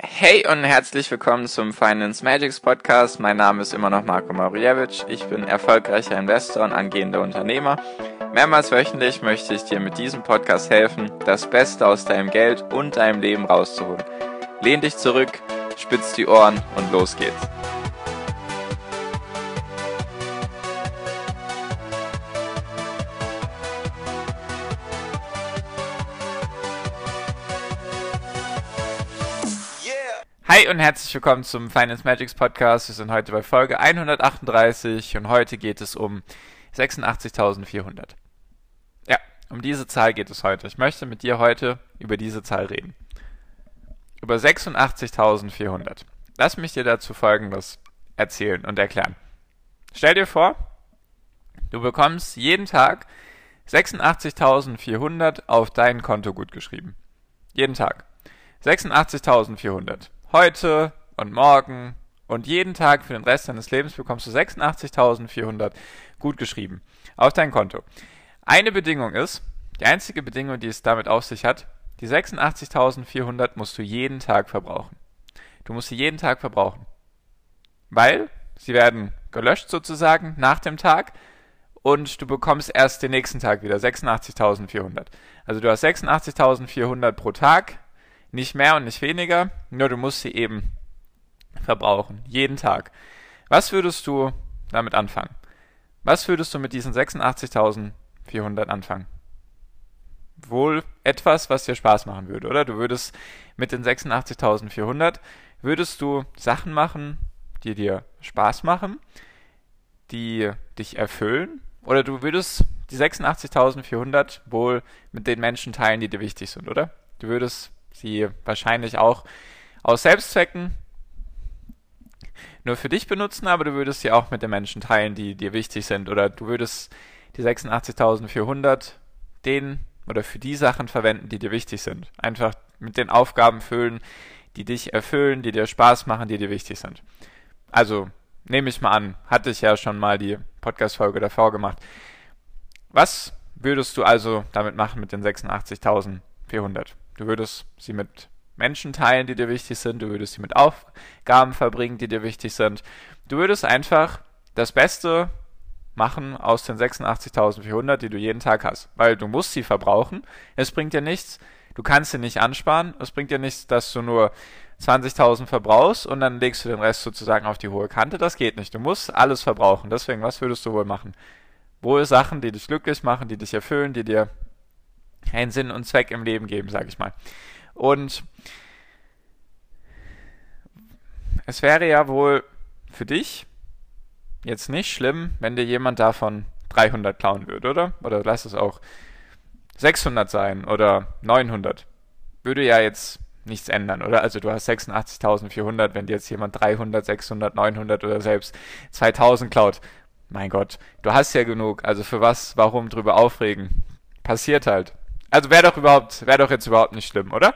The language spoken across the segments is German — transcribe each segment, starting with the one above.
Hey und herzlich willkommen zum Finance Magics Podcast. Mein Name ist immer noch Marko Marijevic. Ich bin erfolgreicher Investor und angehender Unternehmer. Mehrmals wöchentlich möchte ich dir mit diesem Podcast helfen, das Beste aus deinem Geld und deinem Leben rauszuholen. Lehn dich zurück, spitz die Ohren und los geht's. Hi und herzlich willkommen zum Finance Magics Podcast. Wir sind heute bei Folge 138 und heute geht es um 86.400. Ja, um diese Zahl geht es heute. Ich möchte mit dir heute über diese Zahl reden. Über 86.400. Lass mich dir dazu Folgendes erzählen und erklären. Stell dir vor, du bekommst jeden Tag 86.400 auf dein Konto gutgeschrieben. Jeden Tag. 86.400. Heute und morgen und jeden Tag für den Rest deines Lebens bekommst du 86.400 gutgeschrieben auf dein Konto. Eine Bedingung ist, die einzige Bedingung, die es damit auf sich hat, die 86.400 musst du jeden Tag verbrauchen. Du musst sie jeden Tag verbrauchen, weil sie werden gelöscht sozusagen nach dem Tag und du bekommst erst den nächsten Tag wieder 86.400. Also du hast 86.400 pro Tag. Nicht mehr und nicht weniger, nur du musst sie eben verbrauchen. Jeden Tag. Was würdest du damit anfangen? Was würdest du mit diesen 86.400 anfangen? Wohl etwas, was dir Spaß machen würde, oder? Du würdest mit den 86.400, würdest du Sachen machen, die dir Spaß machen, die dich erfüllen, oder du würdest die 86.400 wohl mit den Menschen teilen, die dir wichtig sind, oder? Du würdest sie wahrscheinlich auch aus Selbstzwecken nur für dich benutzen, aber du würdest sie auch mit den Menschen teilen, die dir wichtig sind. Oder du würdest die 86.400 denen oder für die Sachen verwenden, die dir wichtig sind. Einfach mit den Aufgaben füllen, die dich erfüllen, die dir Spaß machen, die dir wichtig sind. Also, nehme ich mal an, hatte ich ja schon mal die Podcast-Folge davor gemacht. Was würdest du also damit machen mit den 86.400? Du würdest sie mit Menschen teilen, die dir wichtig sind. Du würdest sie mit Aufgaben verbringen, die dir wichtig sind. Du würdest einfach das Beste machen aus den 86.400, die du jeden Tag hast. Weil du musst sie verbrauchen. Es bringt dir nichts. Du kannst sie nicht ansparen. Es bringt dir nichts, dass du nur 20.000 verbrauchst und dann legst du den Rest sozusagen auf die hohe Kante. Das geht nicht. Du musst alles verbrauchen. Deswegen, was würdest du wohl machen? Wohl Sachen, die dich glücklich machen, die dich erfüllen, die dir einen Sinn und Zweck im Leben geben, sage ich mal. Und es wäre ja wohl für dich jetzt nicht schlimm, wenn dir jemand davon 300 klauen würde, oder? Oder lass es auch 600 sein oder 900. Würde ja jetzt nichts ändern, oder? Also du hast 86.400, wenn dir jetzt jemand 300, 600, 900 oder selbst 2000 klaut. Mein Gott, du hast ja genug. Also für was, warum drüber aufregen? Passiert halt. Also wäre doch jetzt überhaupt nicht schlimm, oder?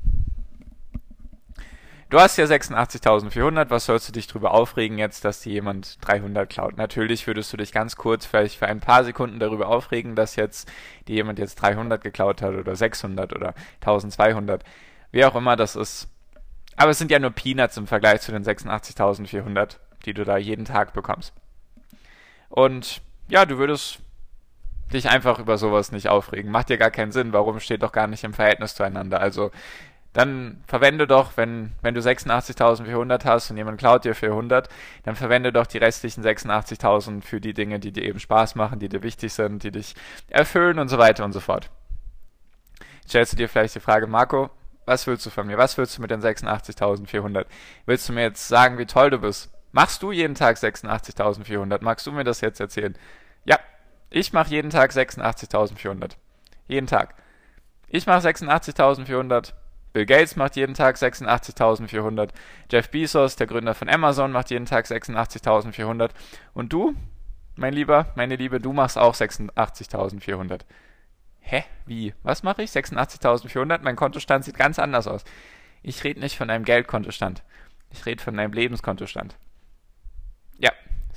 Du hast ja 86.400, was sollst du dich drüber aufregen jetzt, dass dir jemand 300 klaut? Natürlich würdest du dich ganz kurz, vielleicht für ein paar Sekunden darüber aufregen, dass jetzt dir jemand jetzt 300 geklaut hat oder 600 oder 1200, wie auch immer das ist. Aber es sind ja nur Peanuts im Vergleich zu den 86.400, die du da jeden Tag bekommst. Und ja, du würdest dich einfach über sowas nicht aufregen. Macht dir gar keinen Sinn. Warum steht doch gar nicht im Verhältnis zueinander? Also dann verwende doch, wenn du 86.400 hast und jemand klaut dir 400, dann verwende doch die restlichen 86.000 für die Dinge, die dir eben Spaß machen, die dir wichtig sind, die dich erfüllen und so weiter und so fort. Jetzt stellst du dir vielleicht die Frage, Marco, was willst du von mir? Was willst du mit den 86.400? Willst du mir jetzt sagen, wie toll du bist? Machst du jeden Tag 86.400? Magst du mir das jetzt erzählen? Ja. Ich mache jeden Tag 86.400. Jeden Tag. Ich mache 86.400. Bill Gates macht jeden Tag 86.400. Jeff Bezos, der Gründer von Amazon, macht jeden Tag 86.400. Und du, mein Lieber, meine Liebe, du machst auch 86.400. Hä? Wie? Was mache ich? 86.400? Mein Kontostand sieht ganz anders aus. Ich rede nicht von einem Geldkontostand. Ich rede von einem Lebenskontostand. Ja.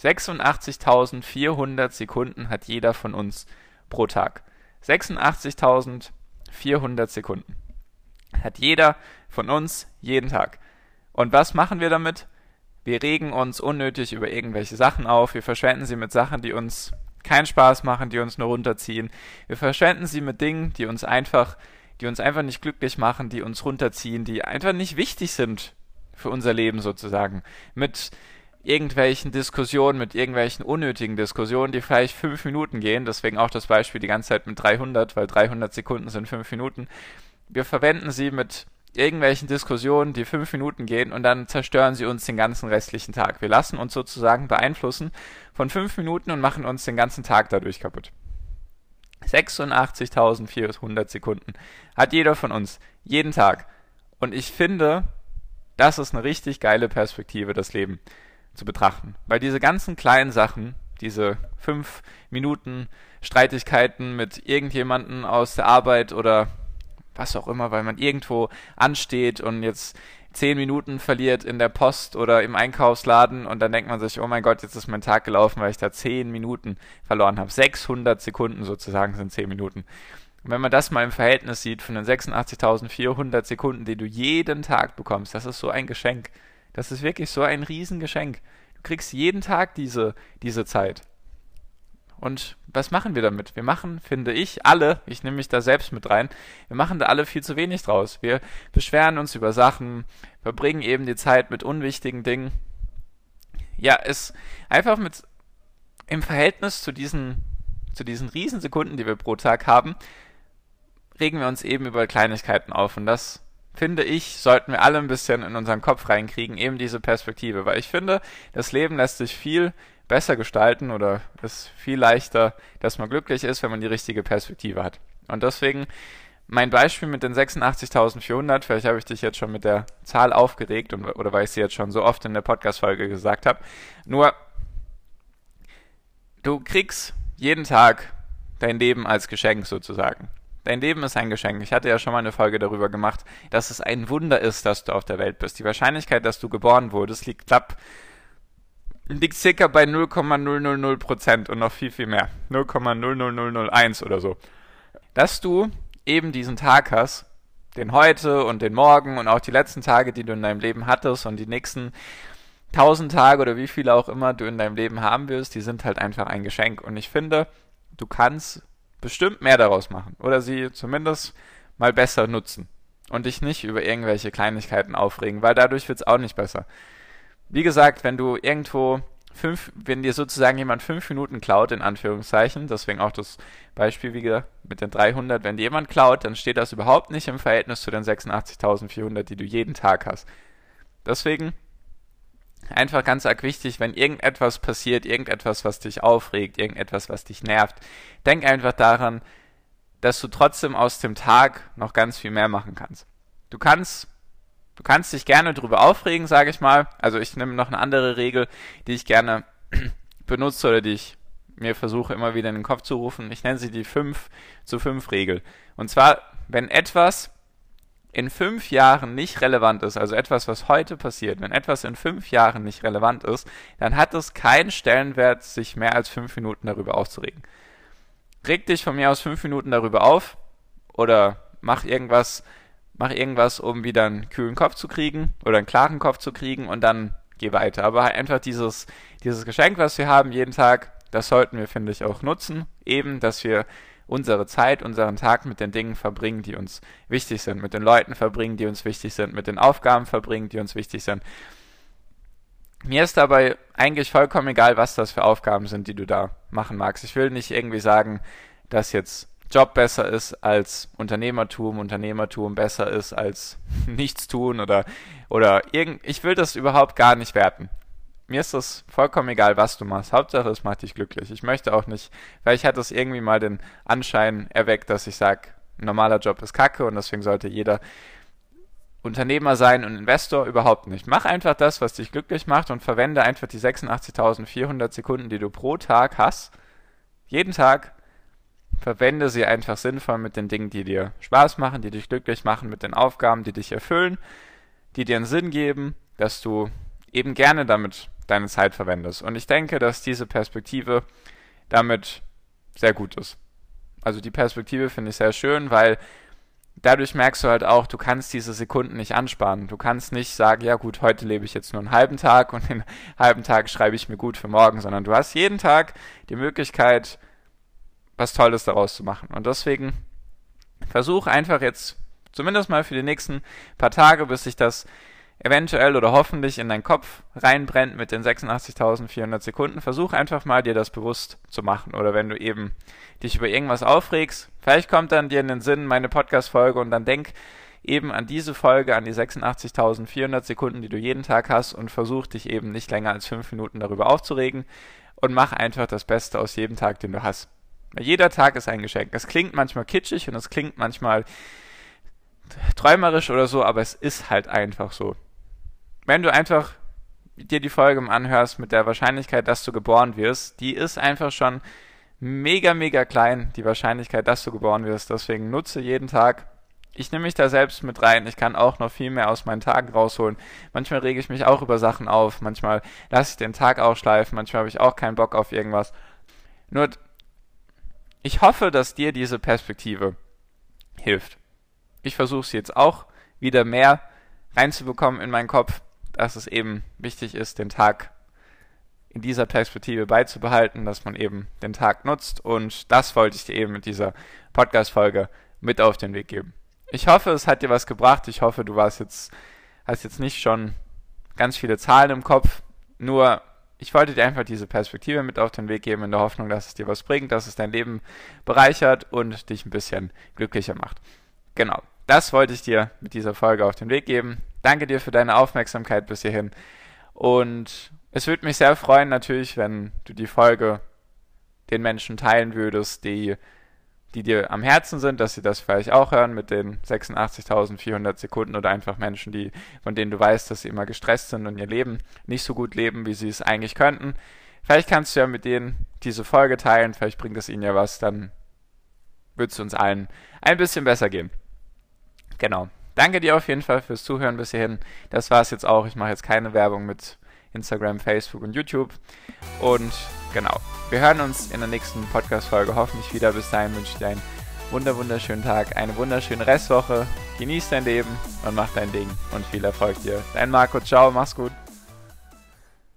86.400 Sekunden hat jeder von uns pro Tag. 86.400 Sekunden hat jeder von uns jeden Tag. Und was machen wir damit? Wir regen uns unnötig über irgendwelche Sachen auf, wir verschwenden sie mit Sachen, die uns keinen Spaß machen, die uns nur runterziehen. Wir verschwenden sie mit Dingen, die uns einfach nicht glücklich machen, die uns runterziehen, die einfach nicht wichtig sind für unser Leben sozusagen. Mit irgendwelchen Diskussionen, mit irgendwelchen unnötigen Diskussionen, die vielleicht 5 Minuten gehen, deswegen auch das Beispiel die ganze Zeit mit 300, weil 300 Sekunden sind 5 Minuten. Wir verwenden sie mit irgendwelchen Diskussionen, die 5 Minuten gehen und dann zerstören sie uns den ganzen restlichen Tag. Wir lassen uns sozusagen beeinflussen von 5 Minuten und machen uns den ganzen Tag dadurch kaputt. 86.400 Sekunden hat jeder von uns, jeden Tag. Und ich finde, das ist eine richtig geile Perspektive, das Leben zu betrachten. Weil diese ganzen kleinen Sachen, diese 5 Minuten Streitigkeiten mit irgendjemandem aus der Arbeit oder was auch immer, weil man irgendwo ansteht und jetzt 10 Minuten verliert in der Post oder im Einkaufsladen und dann denkt man sich, oh mein Gott, jetzt ist mein Tag gelaufen, weil ich da 10 Minuten verloren habe. 600 Sekunden sozusagen sind 10 Minuten. Und wenn man das mal im Verhältnis sieht von den 86.400 Sekunden, die du jeden Tag bekommst, das ist so ein Geschenk. Das ist wirklich so ein Riesengeschenk. Du kriegst jeden Tag diese Zeit. Und was machen wir damit? Wir machen, finde ich, alle, ich nehme mich da selbst mit rein, wir machen da alle viel zu wenig draus. Wir beschweren uns über Sachen, verbringen eben die Zeit mit unwichtigen Dingen. Ja, es einfach im Verhältnis zu diesen Riesensekunden, die wir pro Tag haben, regen wir uns eben über Kleinigkeiten auf. Und das, finde ich, sollten wir alle ein bisschen in unseren Kopf reinkriegen, eben diese Perspektive. Weil ich finde, das Leben lässt sich viel besser gestalten oder ist viel leichter, dass man glücklich ist, wenn man die richtige Perspektive hat. Und deswegen mein Beispiel mit den 86.400, vielleicht habe ich dich jetzt schon mit der Zahl aufgeregt oder weil ich sie jetzt schon so oft in der Podcast-Folge gesagt habe. Nur, du kriegst jeden Tag dein Leben als Geschenk sozusagen. Dein Leben ist ein Geschenk. Ich hatte ja schon mal eine Folge darüber gemacht, dass es ein Wunder ist, dass du auf der Welt bist. Die Wahrscheinlichkeit, dass du geboren wurdest, liegt circa bei 0,000% und noch viel, viel mehr. 0,00001 oder so. Dass du eben diesen Tag hast, den heute und den morgen und auch die letzten Tage, die du in deinem Leben hattest und die nächsten 1000 Tage oder wie viele auch immer du in deinem Leben haben wirst, die sind halt einfach ein Geschenk. Und ich finde, du kannst bestimmt mehr daraus machen oder sie zumindest mal besser nutzen und dich nicht über irgendwelche Kleinigkeiten aufregen, weil dadurch wird es auch nicht besser. Wie gesagt, wenn dir sozusagen jemand 5 Minuten klaut, in Anführungszeichen, deswegen auch das Beispiel wieder mit den 300, wenn dir jemand klaut, dann steht das überhaupt nicht im Verhältnis zu den 86.400, die du jeden Tag hast. Deswegen einfach ganz arg wichtig, wenn irgendetwas passiert, irgendetwas, was dich aufregt, irgendetwas, was dich nervt, denk einfach daran, dass du trotzdem aus dem Tag noch ganz viel mehr machen kannst. Du kannst dich gerne drüber aufregen, sage ich mal. Also ich nehme noch eine andere Regel, die ich gerne benutze oder die ich mir versuche immer wieder in den Kopf zu rufen. Ich nenne sie die 5-zu-5-Regel. Und zwar, wenn etwas in 5 Jahren nicht relevant ist, also etwas, was heute passiert, wenn etwas in 5 Jahren nicht relevant ist, dann hat es keinen Stellenwert, sich mehr als 5 Minuten darüber aufzuregen. Reg dich von mir aus 5 Minuten darüber auf oder mach irgendwas, um wieder einen kühlen Kopf zu kriegen oder einen klaren Kopf zu kriegen und dann geh weiter. Aber halt einfach dieses Geschenk, was wir haben jeden Tag, das sollten wir, finde ich, auch nutzen. Eben, dass wir unsere Zeit, unseren Tag mit den Dingen verbringen, die uns wichtig sind, mit den Leuten verbringen, die uns wichtig sind, mit den Aufgaben verbringen, die uns wichtig sind. Mir ist dabei eigentlich vollkommen egal, was das für Aufgaben sind, die du da machen magst. Ich will nicht irgendwie sagen, dass jetzt Job besser ist als Unternehmertum besser ist als Nichtstun oder ich will das überhaupt gar nicht werten. Mir ist das vollkommen egal, was du machst. Hauptsache, es macht dich glücklich. Ich möchte auch nicht, vielleicht hat es irgendwie mal den Anschein erweckt, dass ich sage, ein normaler Job ist Kacke und deswegen sollte jeder Unternehmer sein und Investor, überhaupt nicht. Mach einfach das, was dich glücklich macht und verwende einfach die 86.400 Sekunden, die du pro Tag hast, jeden Tag. Verwende sie einfach sinnvoll mit den Dingen, die dir Spaß machen, die dich glücklich machen, mit den Aufgaben, die dich erfüllen, die dir einen Sinn geben, dass du eben gerne damit deine Zeit verwendest. Und ich denke, dass diese Perspektive damit sehr gut ist. Also die Perspektive finde ich sehr schön, weil dadurch merkst du halt auch, du kannst diese Sekunden nicht ansparen. Du kannst nicht sagen, ja gut, heute lebe ich jetzt nur einen halben Tag und den halben Tag schreibe ich mir gut für morgen, sondern du hast jeden Tag die Möglichkeit, was Tolles daraus zu machen. Und deswegen versuch einfach jetzt, zumindest mal für die nächsten paar Tage, bis sich das eventuell oder hoffentlich in deinen Kopf reinbrennt mit den 86.400 Sekunden, versuch einfach mal dir das bewusst zu machen. Oder wenn du eben dich über irgendwas aufregst, vielleicht kommt dann dir in den Sinn meine Podcast-Folge und dann denk eben an diese Folge, an die 86.400 Sekunden, die du jeden Tag hast und versuch dich eben nicht länger als 5 Minuten darüber aufzuregen und mach einfach das Beste aus jedem Tag, den du hast. Weil jeder Tag ist ein Geschenk. Es klingt manchmal kitschig und es klingt manchmal träumerisch oder so, aber es ist halt einfach so. Wenn du einfach dir die Folge anhörst mit der Wahrscheinlichkeit, dass du geboren wirst, die ist einfach schon mega, mega klein, die Wahrscheinlichkeit, dass du geboren wirst. Deswegen nutze jeden Tag. Ich nehme mich da selbst mit rein. Ich kann auch noch viel mehr aus meinen Tagen rausholen. Manchmal rege ich mich auch über Sachen auf. Manchmal lasse ich den Tag ausschleifen. Manchmal habe ich auch keinen Bock auf irgendwas. Nur, ich hoffe, dass dir diese Perspektive hilft. Ich versuche es jetzt auch wieder mehr reinzubekommen in meinen Kopf, dass es eben wichtig ist, den Tag in dieser Perspektive beizubehalten, dass man eben den Tag nutzt, und das wollte ich dir eben mit dieser Podcast-Folge mit auf den Weg geben. Ich hoffe, es hat dir was gebracht. Ich hoffe, du hast jetzt nicht schon ganz viele Zahlen im Kopf, nur ich wollte dir einfach diese Perspektive mit auf den Weg geben, in der Hoffnung, dass es dir was bringt, dass es dein Leben bereichert und dich ein bisschen glücklicher macht. Genau, das wollte ich dir mit dieser Folge auf den Weg geben. Danke dir für deine Aufmerksamkeit bis hierhin. Und es würde mich sehr freuen natürlich, wenn du die Folge den Menschen teilen würdest, die dir am Herzen sind, dass sie das vielleicht auch hören mit den 86.400 Sekunden, oder einfach Menschen, von denen du weißt, dass sie immer gestresst sind und ihr Leben nicht so gut leben, wie sie es eigentlich könnten. Vielleicht kannst du ja mit denen diese Folge teilen, vielleicht bringt es ihnen ja was, dann wird es uns allen ein bisschen besser gehen. Genau. Danke dir auf jeden Fall fürs Zuhören bis hierhin. Das war es jetzt auch. Ich mache jetzt keine Werbung mit Instagram, Facebook und YouTube. Und genau, wir hören uns in der nächsten Podcast-Folge hoffentlich wieder. Bis dahin wünsche ich dir einen wunderschönen Tag, eine wunderschöne Restwoche. Genieß dein Leben und mach dein Ding und viel Erfolg dir. Dein Marco, ciao, mach's gut.